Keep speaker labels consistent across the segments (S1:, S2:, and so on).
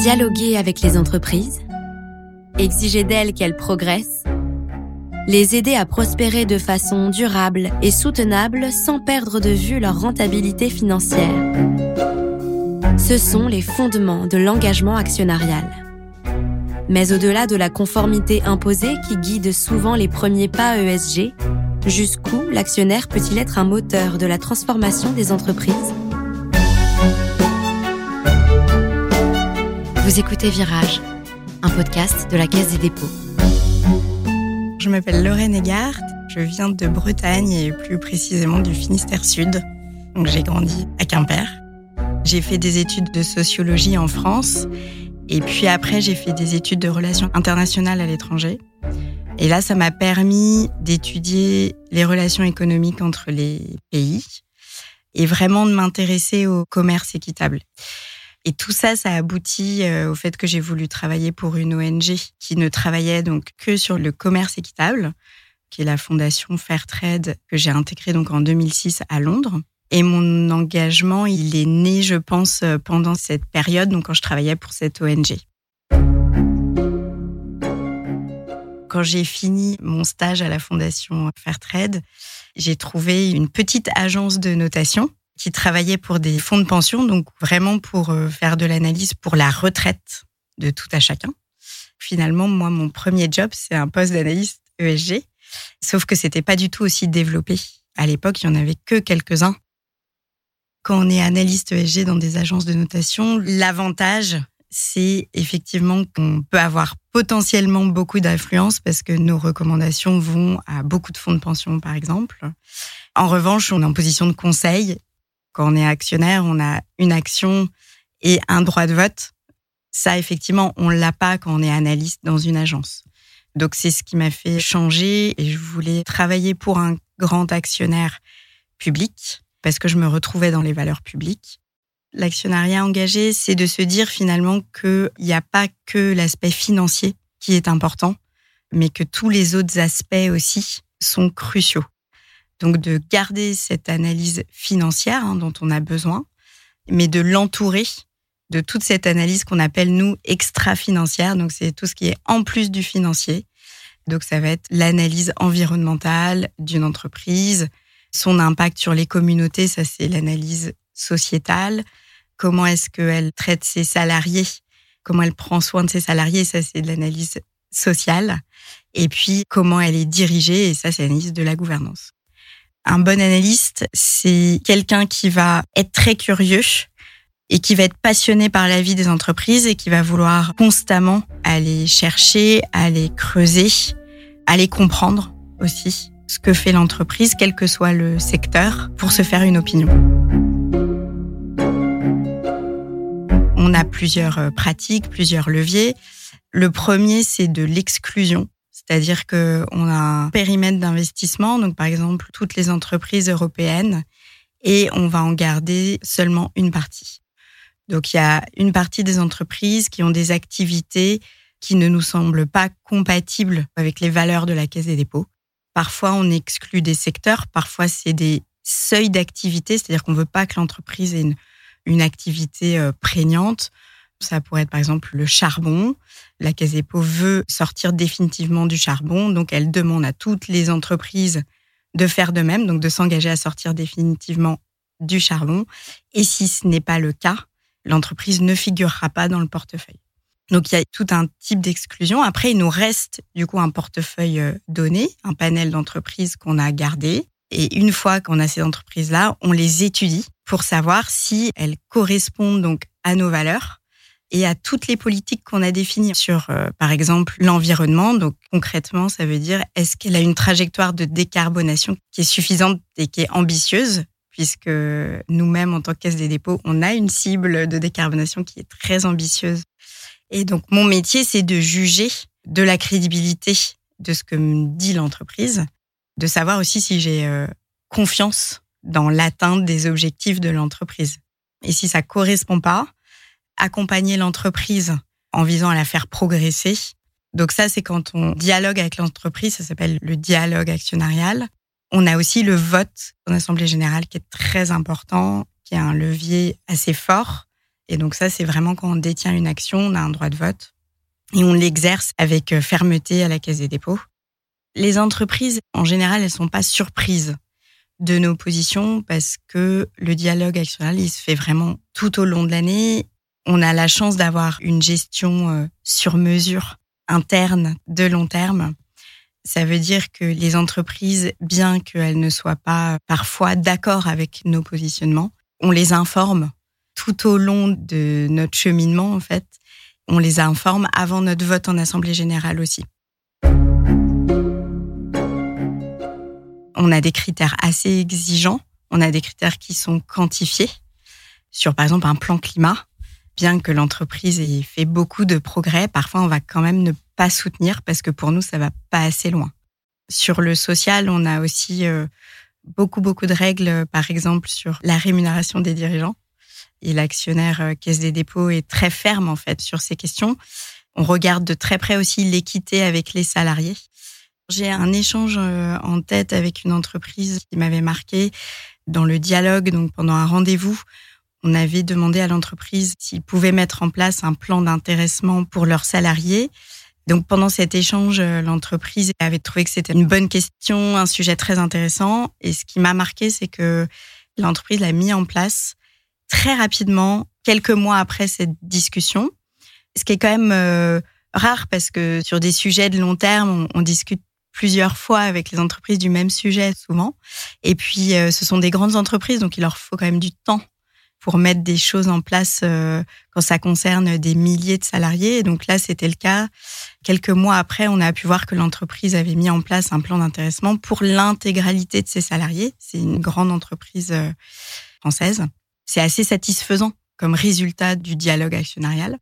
S1: Dialoguer avec les entreprises, exiger d'elles qu'elles progressent, les aider à prospérer de façon durable et soutenable sans perdre de vue leur rentabilité financière. Ce sont les fondements de l'engagement actionnarial. Mais au-delà de la conformité imposée qui guide souvent les premiers pas ESG, jusqu'où l'actionnaire peut-il être un moteur de la transformation des entreprises ? Vous écoutez Virage, un podcast de la Caisse des dépôts.
S2: Je m'appelle Lorraine Egart, je viens de Bretagne et plus précisément du Finistère Sud. Donc j'ai grandi à Quimper. J'ai fait des études de sociologie en France et puis après j'ai fait des études de relations internationales à l'étranger. Et là, ça m'a permis d'étudier les relations économiques entre les pays et vraiment de m'intéresser au commerce équitable. Et tout ça, ça aboutit au fait que j'ai voulu travailler pour une ONG qui ne travaillait donc que sur le commerce équitable, qui est la fondation Fairtrade que j'ai intégrée donc en 2006 à Londres. Et mon engagement, il est né, je pense, pendant cette période, donc quand je travaillais pour cette ONG. Quand j'ai fini mon stage à la fondation Fairtrade, j'ai trouvé une petite agence de notation qui travaillait pour des fonds de pension, donc vraiment pour faire de l'analyse pour la retraite de tout à chacun. Finalement, moi, mon premier job, c'est un poste d'analyste ESG, sauf que c'était pas du tout aussi développé. À l'époque, il y en avait que quelques-uns. Quand on est analyste ESG dans des agences de notation, l'avantage, c'est effectivement qu'on peut avoir potentiellement beaucoup d'influence parce que nos recommandations vont à beaucoup de fonds de pension, par exemple. En revanche, on est en position de conseil. Quand on est actionnaire, on a une action et un droit de vote. Ça, effectivement, on l'a pas quand on est analyste dans une agence. Donc, c'est ce qui m'a fait changer et je voulais travailler pour un grand actionnaire public parce que je me retrouvais dans les valeurs publiques. L'actionnariat engagé, c'est de se dire finalement qu'il n'y a pas que l'aspect financier qui est important, mais que tous les autres aspects aussi sont cruciaux. Donc, de garder cette analyse financière dont on a besoin, mais de l'entourer de toute cette analyse qu'on appelle, nous, extra-financière. Donc, c'est tout ce qui est en plus du financier. Donc, ça va être l'analyse environnementale d'une entreprise, son impact sur les communautés, ça, c'est l'analyse sociétale. Comment est-ce qu'elle traite ses salariés? Comment elle prend soin de ses salariés? Ça, c'est de l'analyse sociale. Et puis, comment elle est dirigée? Et ça, c'est l'analyse de la gouvernance. Un bon analyste, c'est quelqu'un qui va être très curieux et qui va être passionné par la vie des entreprises et qui va vouloir constamment aller chercher, aller creuser, aller comprendre aussi ce que fait l'entreprise, quel que soit le secteur, pour se faire une opinion. On a plusieurs pratiques, plusieurs leviers. Le premier, c'est de l'exclusion. C'est-à-dire qu'on a un périmètre d'investissement, donc par exemple toutes les entreprises européennes, et on va en garder seulement une partie. Donc il y a une partie des entreprises qui ont des activités qui ne nous semblent pas compatibles avec les valeurs de la Caisse des dépôts. Parfois on exclut des secteurs, parfois c'est des seuils d'activité, c'est-à-dire qu'on ne veut pas que l'entreprise ait une activité prégnante. Ça pourrait être par exemple le charbon. La Caisse des dépôts veut sortir définitivement du charbon, donc elle demande à toutes les entreprises de faire de même, donc de s'engager à sortir définitivement du charbon. Et si ce n'est pas le cas, l'entreprise ne figurera pas dans le portefeuille. Donc il y a tout un type d'exclusion. Après, il nous reste du coup un portefeuille donné, un panel d'entreprises qu'on a gardé. Et une fois qu'on a ces entreprises-là, on les étudie pour savoir si elles correspondent donc à nos valeurs et à toutes les politiques qu'on a définies sur, par exemple, l'environnement. Donc, concrètement, ça veut dire, est-ce qu'elle a une trajectoire de décarbonation qui est suffisante et qui est ambitieuse, puisque nous-mêmes, en tant que Caisse des dépôts, on a une cible de décarbonation qui est très ambitieuse. Et donc, mon métier, c'est de juger de la crédibilité de ce que me dit l'entreprise, de savoir aussi si j'ai confiance dans l'atteinte des objectifs de l'entreprise. Et si ça correspond pas, accompagner l'entreprise en visant à la faire progresser. Donc ça, c'est quand on dialogue avec l'entreprise, ça s'appelle le dialogue actionnarial. On a aussi le vote en assemblée générale qui est très important, qui est un levier assez fort Et donc ça, c'est vraiment quand on détient une action, on a un droit de vote et on l'exerce avec fermeté à la Caisse des dépôts. Les entreprises, en général, elles sont pas surprises de nos positions parce que le dialogue actionnarial, il se fait vraiment tout au long de l'année. On a la chance d'avoir une gestion sur mesure interne de long terme. Ça veut dire que les entreprises, bien qu'elles ne soient pas parfois d'accord avec nos positionnements, on les informe tout au long de notre cheminement, en fait. On les informe avant notre vote en Assemblée générale aussi. On a des critères assez exigeants. On a des critères qui sont quantifiés sur, par exemple, un plan climat. Bien que l'entreprise ait fait beaucoup de progrès, parfois on va quand même ne pas soutenir parce que pour nous, ça va pas assez loin. Sur le social, on a aussi beaucoup de règles, par exemple, sur la rémunération des dirigeants. Et l'actionnaire Caisse des dépôts est très ferme, en fait, sur ces questions. On regarde de très près aussi l'équité avec les salariés. J'ai un échange en tête avec une entreprise qui m'avait marqué dans le dialogue. Donc, pendant un rendez-vous, on avait demandé à l'entreprise s'ils pouvaient mettre en place un plan d'intéressement pour leurs salariés. Donc, pendant cet échange, l'entreprise avait trouvé que c'était une bonne question, un sujet très intéressant. Et ce qui m'a marqué, c'est que l'entreprise l'a mis en place très rapidement, quelques mois après cette discussion. Ce qui est quand même rare parce que sur des sujets de long terme, on discute plusieurs fois avec les entreprises du même sujet souvent. Et puis, ce sont des grandes entreprises, donc il leur faut quand même du temps pour mettre des choses en place quand ça concerne des milliers de salariés. Et donc là, c'était le cas. Quelques mois après, on a pu voir que l'entreprise avait mis en place un plan d'intéressement pour l'intégralité de ses salariés. C'est une grande entreprise française. C'est assez satisfaisant comme résultat du dialogue actionnarial.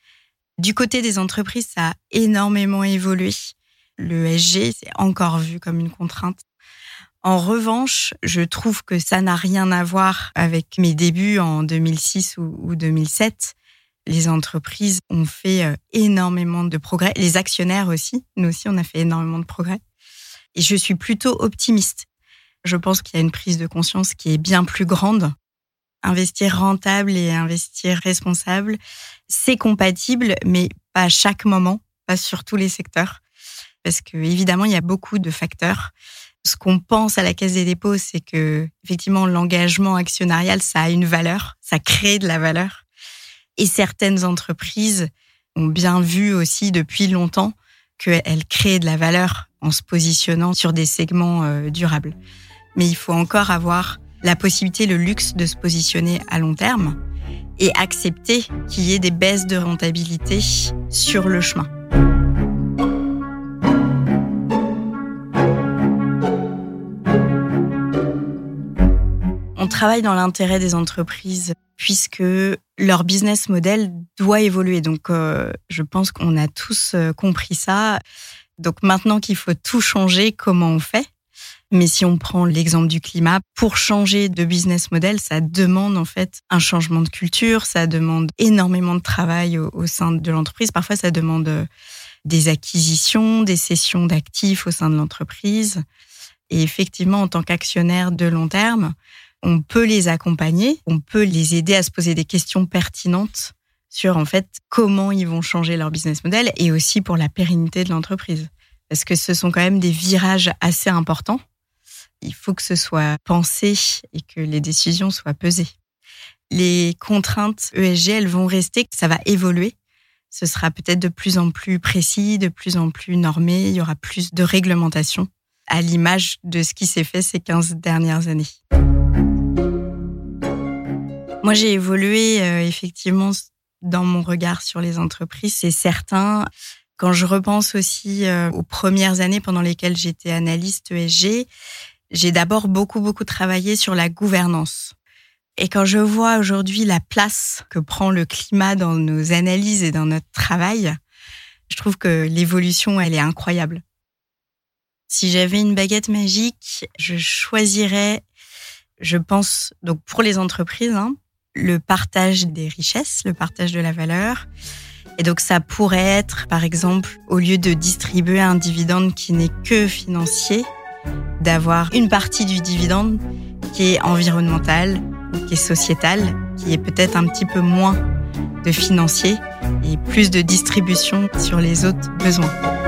S2: Du côté des entreprises, ça a énormément évolué. Le ESG, c'est encore vu comme une contrainte. En revanche, je trouve que ça n'a rien à voir avec mes débuts en 2006 ou 2007. Les entreprises ont fait énormément de progrès. Les actionnaires aussi. Nous aussi, on a fait énormément de progrès. Et je suis plutôt optimiste. Je pense qu'il y a une prise de conscience qui est bien plus grande. Investir rentable et investir responsable, c'est compatible, mais pas à chaque moment, pas sur tous les secteurs. Parce que, évidemment, il y a beaucoup de facteurs. Ce qu'on pense à la Caisse des dépôts, c'est que, effectivement, l'engagement actionnarial, ça a une valeur, ça crée de la valeur. Et certaines entreprises ont bien vu aussi depuis longtemps qu'elles créent de la valeur en se positionnant sur des segments durables. Mais il faut encore avoir la possibilité, le luxe de se positionner à long terme et accepter qu'il y ait des baisses de rentabilité sur le chemin. On travaille dans l'intérêt des entreprises puisque leur business model doit évoluer. Donc, je pense qu'on a tous compris ça. Donc, maintenant qu'il faut tout changer, comment on fait ? Mais si on prend l'exemple du climat, pour changer de business model, ça demande en fait un changement de culture, ça demande énormément de travail au sein de l'entreprise. Parfois, ça demande des acquisitions, des cessions d'actifs au sein de l'entreprise. Et effectivement, en tant qu'actionnaire de long terme, on peut les accompagner, on peut les aider à se poser des questions pertinentes sur en fait comment ils vont changer leur business model et aussi pour la pérennité de l'entreprise. Parce que ce sont quand même des virages assez importants. Il faut que ce soit pensé et que les décisions soient pesées. Les contraintes ESG, elles vont rester, ça va évoluer. Ce sera peut-être de plus en plus précis, de plus en plus normé. Il y aura plus de réglementation à l'image de ce qui s'est fait ces 15 dernières années. Moi, j'ai évolué effectivement dans mon regard sur les entreprises, c'est certain. Quand je repense aussi aux premières années pendant lesquelles j'étais analyste ESG, j'ai d'abord beaucoup travaillé sur la gouvernance. Et quand je vois aujourd'hui la place que prend le climat dans nos analyses et dans notre travail, je trouve que l'évolution, elle est incroyable. Si j'avais une baguette magique, je choisirais, je pense, donc pour les entreprises, le partage des richesses, le partage de la valeur. Et donc ça pourrait être, par exemple, au lieu de distribuer un dividende qui n'est que financier, d'avoir une partie du dividende qui est environnementale, qui est sociétale, qui est peut-être un petit peu moins de financier et plus de distribution sur les autres besoins.